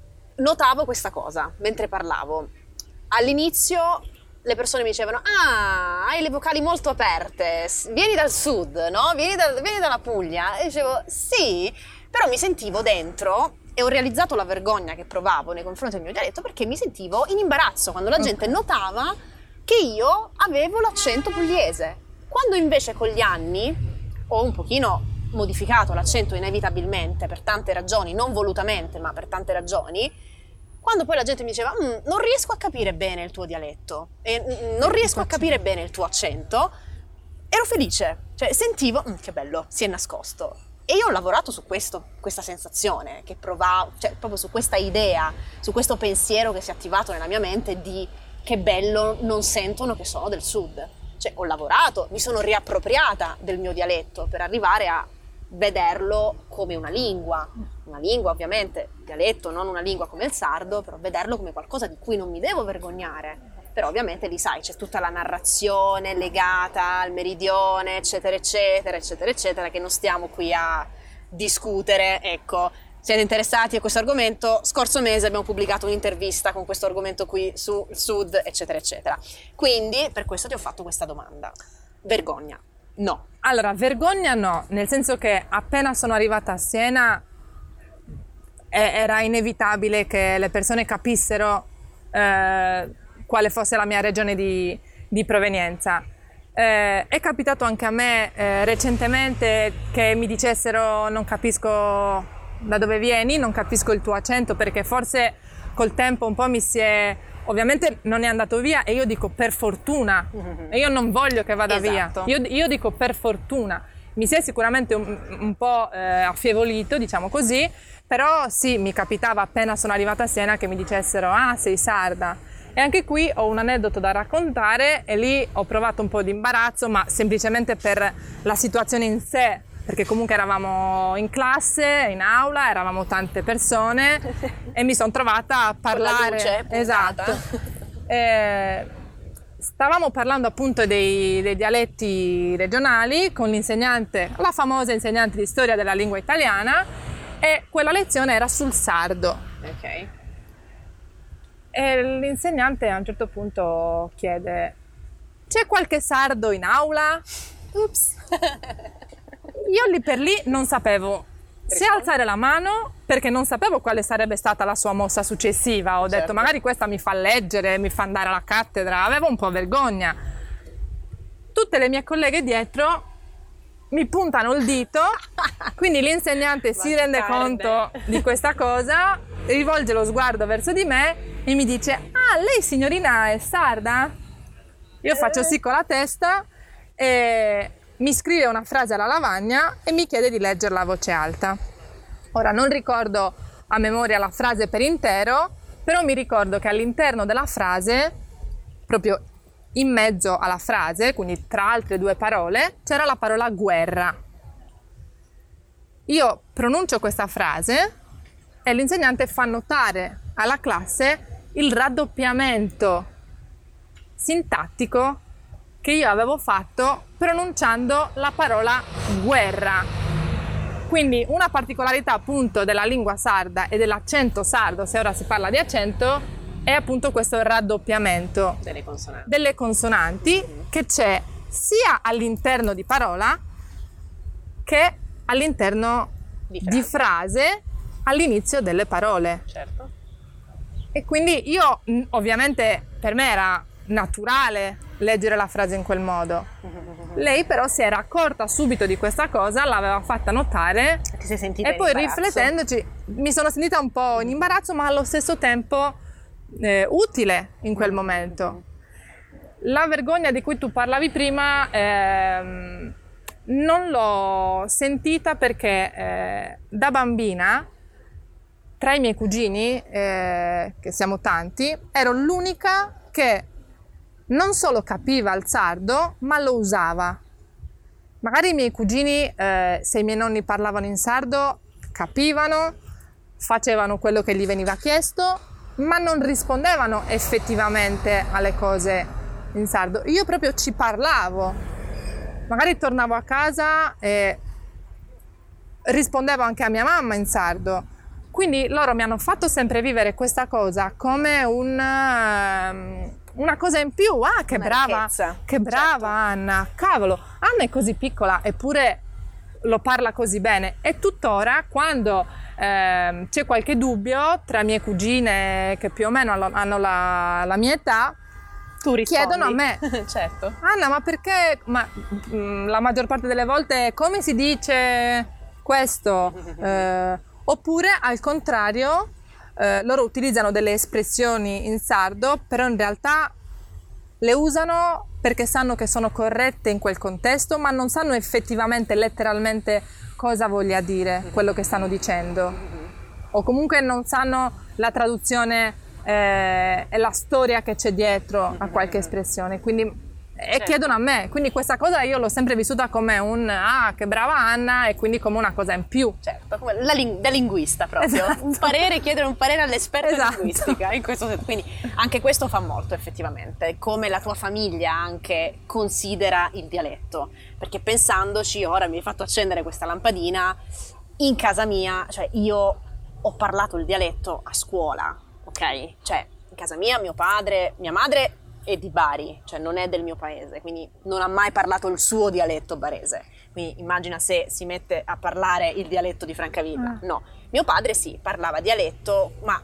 notavo questa cosa mentre parlavo. All'inizio le persone mi dicevano: ah, hai le vocali molto aperte, vieni dal sud, no? Vieni, da, vieni dalla Puglia. E dicevo sì, però mi sentivo dentro e ho realizzato la vergogna che provavo nei confronti del mio dialetto, perché mi sentivo in imbarazzo quando la gente notava che io avevo l'accento pugliese. Quando invece con gli anni ho un pochino modificato l'accento inevitabilmente per tante ragioni, non volutamente ma per tante ragioni, quando poi la gente mi diceva mm, non riesco a capire bene il tuo dialetto e mm, non riesco a capire bene il tuo accento, ero felice, cioè sentivo mm, che bello, si è nascosto. E io ho lavorato su questo, questa sensazione che provavo, cioè proprio su questa idea, su questo pensiero che si è attivato nella mia mente di che bello, non sentono che sono del sud. Cioè ho lavorato, mi sono riappropriata del mio dialetto per arrivare a vederlo come una lingua, una lingua ovviamente, dialetto, non una lingua come il sardo, però vederlo come qualcosa di cui non mi devo vergognare. Però ovviamente lì sai, c'è tutta la narrazione legata al meridione, eccetera, eccetera, eccetera, eccetera, che non stiamo qui a discutere, ecco. Siete interessati a questo argomento? Scorso mese abbiamo pubblicato un'intervista con questo argomento qui sul sud, eccetera, eccetera. Quindi per questo ti ho fatto questa domanda. Vergogna? No. Allora, vergogna no, nel senso che appena sono arrivata a Siena era inevitabile che le persone capissero eh, quale fosse la mia regione di, di provenienza. Eh, è capitato anche a me eh, recentemente che mi dicessero non capisco da dove vieni, non capisco il tuo accento, perché forse col tempo un po' mi si è... Ovviamente non è andato via e io dico per fortuna, mm-hmm. e io non voglio che vada esatto. via, io, io dico per fortuna. Mi si è sicuramente un, un po' eh, affievolito, diciamo così, però sì, mi capitava appena sono arrivata a Siena che mi dicessero ah, sei sarda. E anche qui ho un aneddoto da raccontare e lì ho provato un po' di imbarazzo, ma semplicemente per la situazione in sé, perché comunque eravamo in classe, in aula, eravamo tante persone e mi sono trovata a parlare. Con la luce puntata. Esatto. E stavamo parlando appunto dei, dei dialetti regionali con l'insegnante, la famosa insegnante di storia della lingua italiana, e quella lezione era sul sardo. Ok. E l'insegnante a un certo punto chiede: c'è qualche sardo in aula? Ups. Io lì per lì non sapevo se alzare la mano, perché non sapevo quale sarebbe stata la sua mossa successiva. Ho certo. detto magari questa mi fa leggere, mi fa andare alla cattedra, avevo un po' vergogna. Tutte le mie colleghe dietro mi puntano il dito, quindi l'insegnante si rende conto di questa cosa, rivolge lo sguardo verso di me e mi dice: ah, lei signorina è sarda? Io faccio sì con la testa e mi scrive una frase alla lavagna e mi chiede di leggerla a voce alta. Ora non ricordo a memoria la frase per intero, però mi ricordo che all'interno della frase, proprio in mezzo alla frase, quindi tra altre due parole, c'era la parola guerra. Io pronuncio questa frase e l'insegnante fa notare alla classe il raddoppiamento sintattico che io avevo fatto pronunciando la parola guerra. Quindi una particolarità appunto della lingua sarda e dell'accento sardo, se ora si parla di accento, è appunto questo raddoppiamento delle consonanti, delle consonanti mm-hmm. che c'è sia all'interno di parola che all'interno di frase, di frase all'inizio delle parole. Certo. E quindi io, ovviamente per me era naturale leggere la frase in quel modo. Lei però si era accorta subito di questa cosa, l'aveva fatta notare. Ti sei sentita e poi in imbarazzo? Riflettendoci mi sono sentita un po' in imbarazzo, ma allo stesso tempo eh, utile in quel momento. La vergogna di cui tu parlavi prima ehm, non l'ho sentita perché eh, da bambina tra i miei cugini, eh, che siamo tanti, ero l'unica che non solo capiva il sardo, ma lo usava. Magari i miei cugini, eh, se i miei nonni parlavano in sardo, capivano, facevano quello che gli veniva chiesto, ma non rispondevano effettivamente alle cose in sardo. Io proprio ci parlavo. Magari tornavo a casa e rispondevo anche a mia mamma in sardo, quindi loro mi hanno fatto sempre vivere questa cosa come un, um, una cosa in più. Ah, che una brava, ricchezza. che brava Certo. Anna, cavolo, Anna è così piccola eppure lo parla così bene. E tuttora quando ehm, c'è qualche dubbio tra mie cugine che più o meno hanno, hanno la, la mia età, Tu rispondi. chiedono a me, Certo. Anna, ma perché, ma mm, la maggior parte delle volte come si dice questo? Eh, oppure al contrario, eh, loro utilizzano delle espressioni in sardo, però in realtà le usano perché sanno che sono corrette in quel contesto, ma non sanno effettivamente, letteralmente, cosa voglia dire quello che stanno dicendo. O comunque non sanno la traduzione eh, e la storia che c'è dietro a qualche espressione. Quindi, e Certo. chiedono a me. Quindi questa cosa io l'ho sempre vissuta come un ah, che brava Anna, e quindi come una cosa in più. Certo, come la ling- da linguista proprio, Esatto. un parere, chiedere un parere all'esperta Esatto. linguistica, in questo senso. Quindi anche questo fa molto effettivamente, come la tua famiglia anche considera il dialetto, perché pensandoci, ora mi hai fatto accendere questa lampadina, in casa mia, cioè io ho parlato il dialetto a scuola, ok? Cioè in casa mia mio padre, mia madre è di Bari, cioè non è del mio paese, quindi non ha mai parlato il suo dialetto barese. Quindi immagina se si mette a parlare il dialetto di Francavilla. Ah. No, mio padre sì, parlava dialetto, ma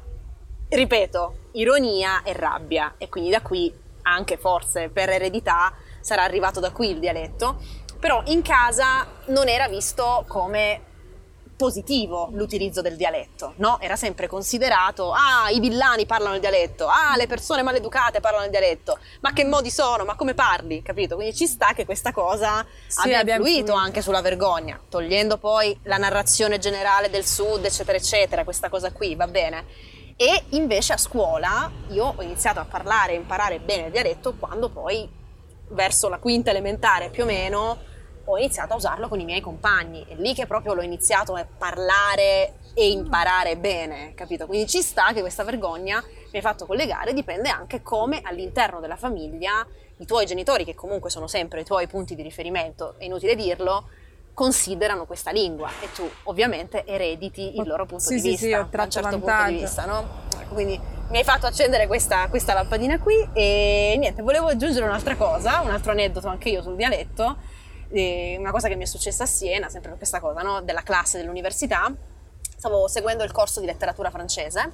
ripeto, ironia e rabbia, e quindi da qui anche forse per eredità sarà arrivato da qui il dialetto, però in casa non era visto come positivo l'utilizzo del dialetto, no? Era sempre considerato, ah, i villani parlano il dialetto, ah, le persone maleducate parlano il dialetto, ma che modi sono, ma come parli, capito? Quindi ci sta che questa cosa Sì, abbia abbia influito influito. anche sulla vergogna, togliendo poi la narrazione generale del sud, eccetera, eccetera, questa cosa qui, va bene. E invece a scuola io ho iniziato a parlare e imparare bene il dialetto quando poi, verso la quinta elementare più o meno, ho iniziato a usarlo con i miei compagni. È lì che proprio l'ho iniziato a parlare e imparare bene, capito? Quindi ci sta che questa vergogna mi hai fatto collegare, dipende anche come all'interno della famiglia i tuoi genitori, che comunque sono sempre i tuoi punti di riferimento, è inutile dirlo, considerano questa lingua, e tu ovviamente erediti il loro punto Sì, di sì, vista, sì, ho da un tratto certo punto vantaggio. di vista, no? Ecco, quindi mi hai fatto accendere questa, questa lampadina qui, e niente, volevo aggiungere un'altra cosa, un altro aneddoto anche io sul dialetto, eh, una cosa che mi è successa a Siena, sempre per questa cosa, no? Della classe dell'università. Stavo seguendo il corso di letteratura francese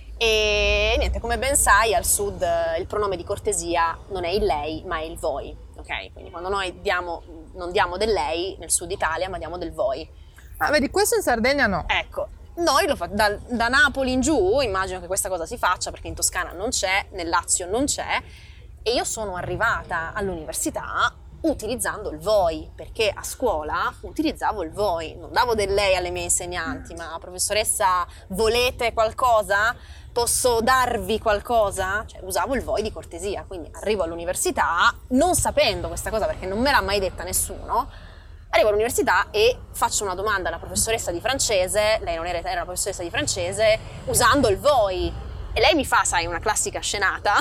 e niente, come ben sai, al sud il pronome di cortesia non è il lei ma è il voi, ok? Quindi quando noi diamo, non diamo del lei nel sud Italia ma diamo del voi. Ah, vedi, questo in Sardegna no. Ecco, noi lo fa, da, da Napoli in giù immagino che questa cosa si faccia, perché in Toscana non c'è, nel Lazio non c'è, e io sono arrivata all'università utilizzando il voi, perché a scuola utilizzavo il voi, non davo del lei alle mie insegnanti, ma professoressa, volete qualcosa? Posso darvi qualcosa? Cioè usavo il voi di cortesia, quindi arrivo all'università non sapendo questa cosa, perché non me l'ha mai detta nessuno. Arrivo all'università e faccio una domanda alla professoressa di francese, lei non era, era una professoressa di francese, usando il voi. E lei mi fa, sai, una classica scenata,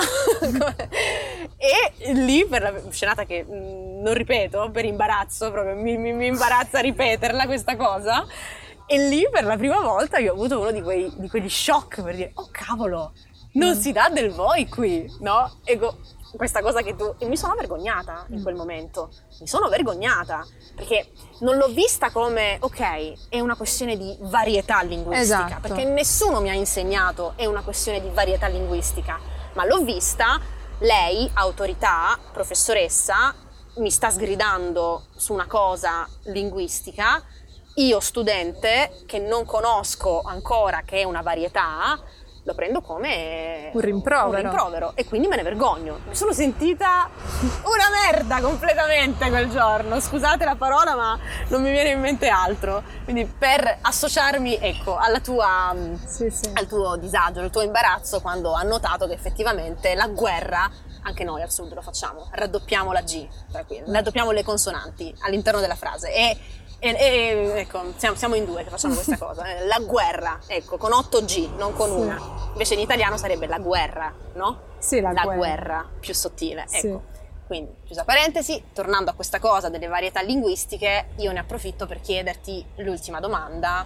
e lì per la scenata che mh, non ripeto, per imbarazzo, proprio mi, mi, mi imbarazza ripeterla questa cosa, e lì per la prima volta io ho avuto uno di, quei, di quegli shock per dire, oh cavolo, non si dà del voi qui, no? Ecco, questa cosa che tu... E mi sono vergognata in quel momento, mi sono vergognata, perché non l'ho vista come, ok, è una questione di varietà linguistica, Esatto. perché nessuno mi ha insegnato è una questione di varietà linguistica, ma l'ho vista, lei, autorità, professoressa, mi sta sgridando su una cosa linguistica, io studente, che non conosco ancora che è una varietà, lo prendo come Un rimprovero. un rimprovero, e quindi me ne vergogno. Mi sono sentita una merda completamente quel giorno, scusate la parola ma non mi viene in mente altro, quindi per associarmi, ecco, alla tua, Sì, sì. al tuo disagio, al tuo imbarazzo quando ha notato che effettivamente la guerra, anche noi al sud lo facciamo, raddoppiamo la G, tranquillo, raddoppiamo le consonanti all'interno della frase, e E, e ecco, siamo, siamo in due che facciamo questa cosa, eh, la guerra, ecco, con otto G, non con Sì. una. Invece in italiano sarebbe la guerra, no? Sì, la guerra. guerra, più sottile, Sì. ecco. Quindi, chiusa parentesi, tornando a questa cosa delle varietà linguistiche, io ne approfitto per chiederti l'ultima domanda,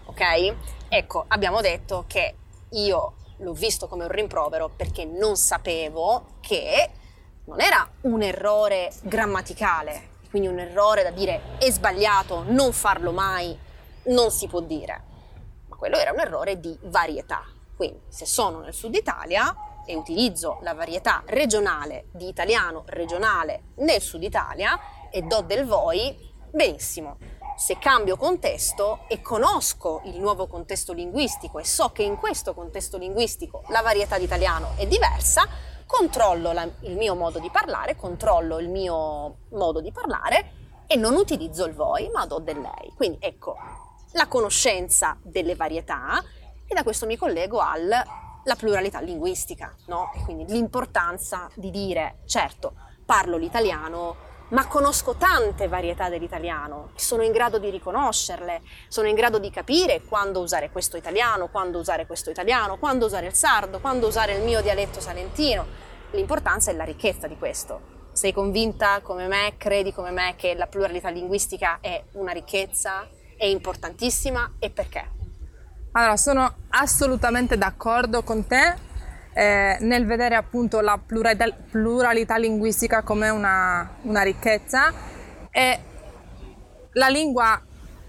ok? Ecco, abbiamo detto che io l'ho visto come un rimprovero perché non sapevo che non era un errore grammaticale, quindi un errore da dire è sbagliato, non farlo mai, non si può dire, ma quello era un errore di varietà. Quindi se sono nel sud Italia e utilizzo la varietà regionale di italiano regionale nel sud Italia e do del voi, benissimo. Se cambio contesto e conosco il nuovo contesto linguistico e so che in questo contesto linguistico la varietà di italiano è diversa, controllo la, il mio modo di parlare, controllo il mio modo di parlare e non utilizzo il voi, ma do del lei. Quindi ecco, la conoscenza delle varietà, e da questo mi collego alla pluralità linguistica, no? E quindi l'importanza di dire, certo, parlo l'italiano, ma conosco tante varietà dell'italiano, sono in grado di riconoscerle, sono in grado di capire quando usare questo italiano, quando usare questo italiano, quando usare il sardo, quando usare il mio dialetto salentino. L'importanza è la ricchezza di questo. Sei convinta come me, credi come me che la pluralità linguistica è una ricchezza, è importantissima, e perché? Allora, sono assolutamente d'accordo con te eh, nel vedere appunto la pluralità, pluralità linguistica come una, una ricchezza, e la lingua,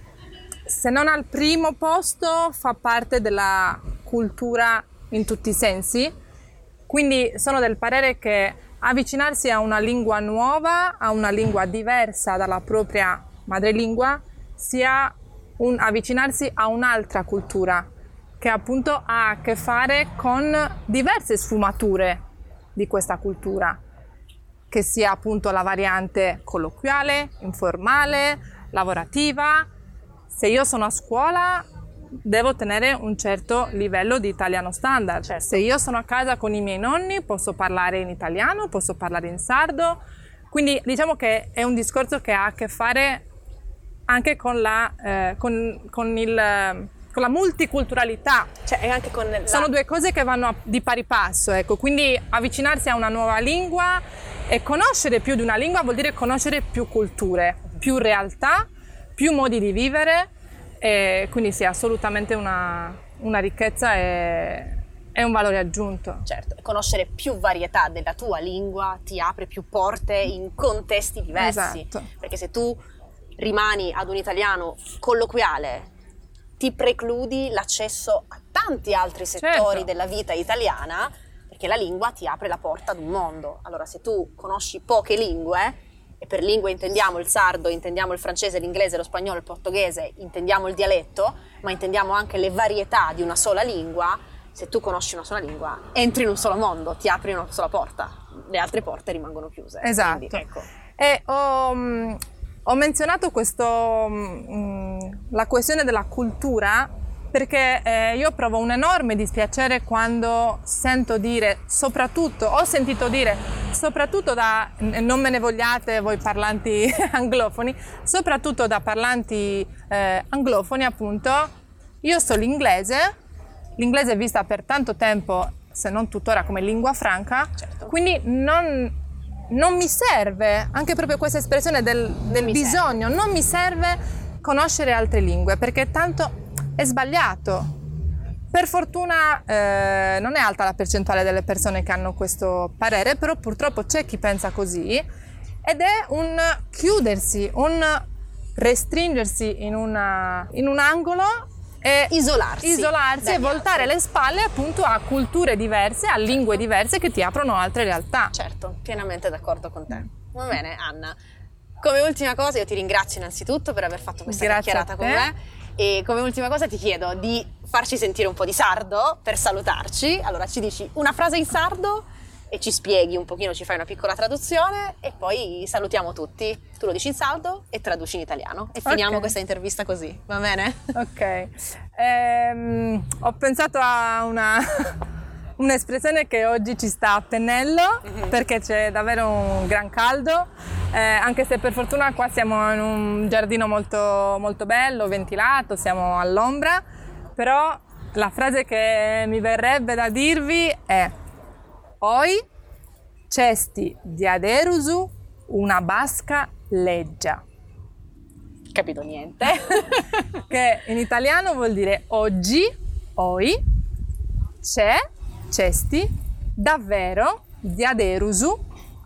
se non al primo posto, fa parte della cultura in tutti i sensi. Quindi sono del parere che avvicinarsi a una lingua nuova, a una lingua diversa dalla propria madrelingua, sia un avvicinarsi a un'altra cultura che appunto ha a che fare con diverse sfumature di questa cultura, che sia appunto la variante colloquiale, informale, lavorativa. Se io sono a scuola devo tenere un certo livello di italiano standard. Certo. Se io sono a casa con i miei nonni posso parlare in italiano, posso parlare in sardo, quindi diciamo che è un discorso che ha a che fare anche con la, eh, con, con il, con la multiculturalità. Cioè, e anche con la... Sono due cose che vanno a, di pari passo, ecco. Quindi avvicinarsi a una nuova lingua e conoscere più di una lingua vuol dire conoscere più culture, più realtà, più modi di vivere, e quindi sì, assolutamente una, una ricchezza e, e un valore aggiunto. Certo, conoscere più varietà della tua lingua ti apre più porte in contesti diversi. Esatto. Perché se tu rimani ad un italiano colloquiale, ti precludi l'accesso a tanti altri settori Certo. della vita italiana, perché la lingua ti apre la porta ad un mondo. Allora, se tu conosci poche lingue, e per lingue intendiamo il sardo, intendiamo il francese, l'inglese, lo spagnolo, il portoghese, intendiamo il dialetto, ma intendiamo anche le varietà di una sola lingua, se tu conosci una sola lingua, entri in un solo mondo, ti apri una sola porta, le altre porte rimangono chiuse. Esatto. Quindi, ecco. E ho... um, Ho menzionato questo, mh, la questione della cultura perché eh, io provo un enorme dispiacere quando sento dire, soprattutto, ho sentito dire, soprattutto da, non me ne vogliate voi parlanti anglofoni, soprattutto da parlanti eh, anglofoni appunto, io so l'inglese, l'inglese è vista per tanto tempo, se non tuttora, come lingua franca, Certo. quindi non... non mi serve, anche proprio questa espressione del, del mi bisogno, serve. non mi serve conoscere altre lingue perché tanto è sbagliato. Per fortuna eh, non è alta la percentuale delle persone che hanno questo parere, però purtroppo c'è chi pensa così, ed è un chiudersi, un restringersi in, una, in un angolo e Isolarsi. isolarsi e dagli voltare altri. le spalle appunto a culture diverse, a lingue diverse che ti aprono altre realtà. Certo, pienamente d'accordo con te. Va bene, Anna. Come ultima cosa io ti ringrazio innanzitutto per aver fatto questa Grazie chiacchierata a con te. me, e come ultima cosa ti chiedo di farci sentire un po' di sardo per salutarci. Allora ci dici una frase in sardo e ci spieghi un pochino, ci fai una piccola traduzione e poi salutiamo tutti. Tu lo dici in sardo e traduci in italiano e finiamo Ok. questa intervista così, va bene? Ok, Ehm, ho pensato a una un'espressione che oggi ci sta a pennello Mhm. perché c'è davvero un gran caldo, eh, anche se per fortuna qua siamo in un giardino molto, molto bello, ventilato, siamo all'ombra, però la frase che mi verrebbe da dirvi è: Oi cesti di aderusu una basca leggia. capito niente. Che in italiano vuol dire oggi, oi, c'è, cesti, davvero, diaderusu,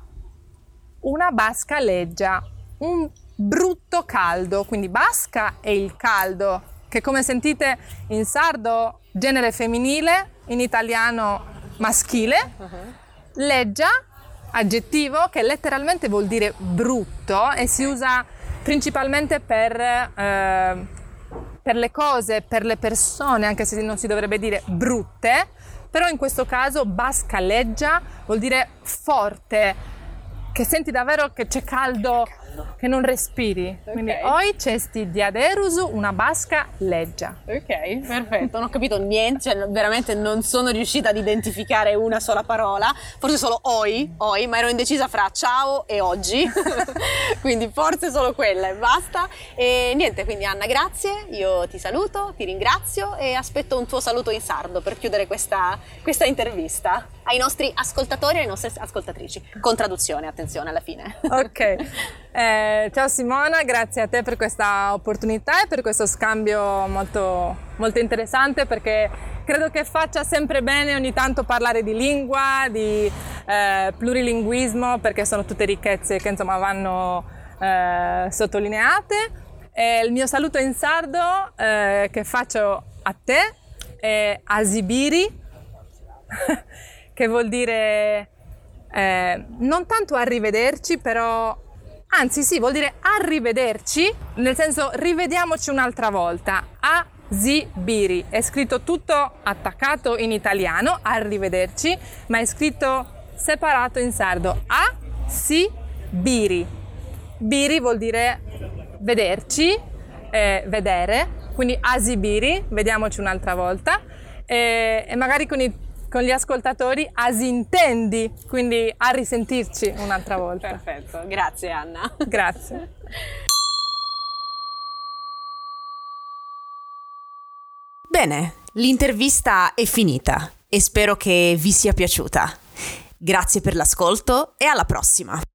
una basca leggia, un brutto caldo. Quindi basca è il caldo, che come sentite in sardo genere femminile, in italiano maschile. Uh-huh. Leggia, aggettivo, che letteralmente vuol dire brutto e si usa principalmente per, eh, per le cose, per le persone, anche se non si dovrebbe dire brutte, però in questo caso basca leggia vuol dire forte, che senti davvero che c'è caldo, che non respiri. Okay. Quindi oi cesti diaderusu una basca leggia. Ok, perfetto. Non ho capito niente, cioè veramente non sono riuscita ad identificare una sola parola, forse solo oi, oi, ma ero indecisa fra ciao e oggi. Quindi forse solo quella e basta. E niente, quindi Anna, grazie, io ti saluto, ti ringrazio e aspetto un tuo saluto in sardo per chiudere questa, questa intervista ai nostri ascoltatori e alle nostre ascoltatrici, con traduzione, attenzione alla fine. Ok. Eh, ciao Simona, grazie a te per questa opportunità e per questo scambio molto, molto interessante, perché credo che faccia sempre bene ogni tanto parlare di lingua, di eh, plurilinguismo, perché sono tutte ricchezze che insomma vanno eh, sottolineate. E il mio saluto in sardo eh, che faccio a te è asibiri, che vuol dire eh, non tanto arrivederci, però anzi sì, vuol dire arrivederci, nel senso rivediamoci un'altra volta. Asibiri, è scritto tutto attaccato in italiano, arrivederci, ma è scritto separato in sardo. A-si-biri. Biri vuol dire vederci, eh, vedere, quindi asibiri, vediamoci un'altra volta, eh, e magari con i con gli ascoltatori asintendi, quindi a risentirci un'altra volta. Perfetto, grazie Anna. Grazie. Bene, l'intervista è finita e spero che vi sia piaciuta. Grazie per l'ascolto e alla prossima.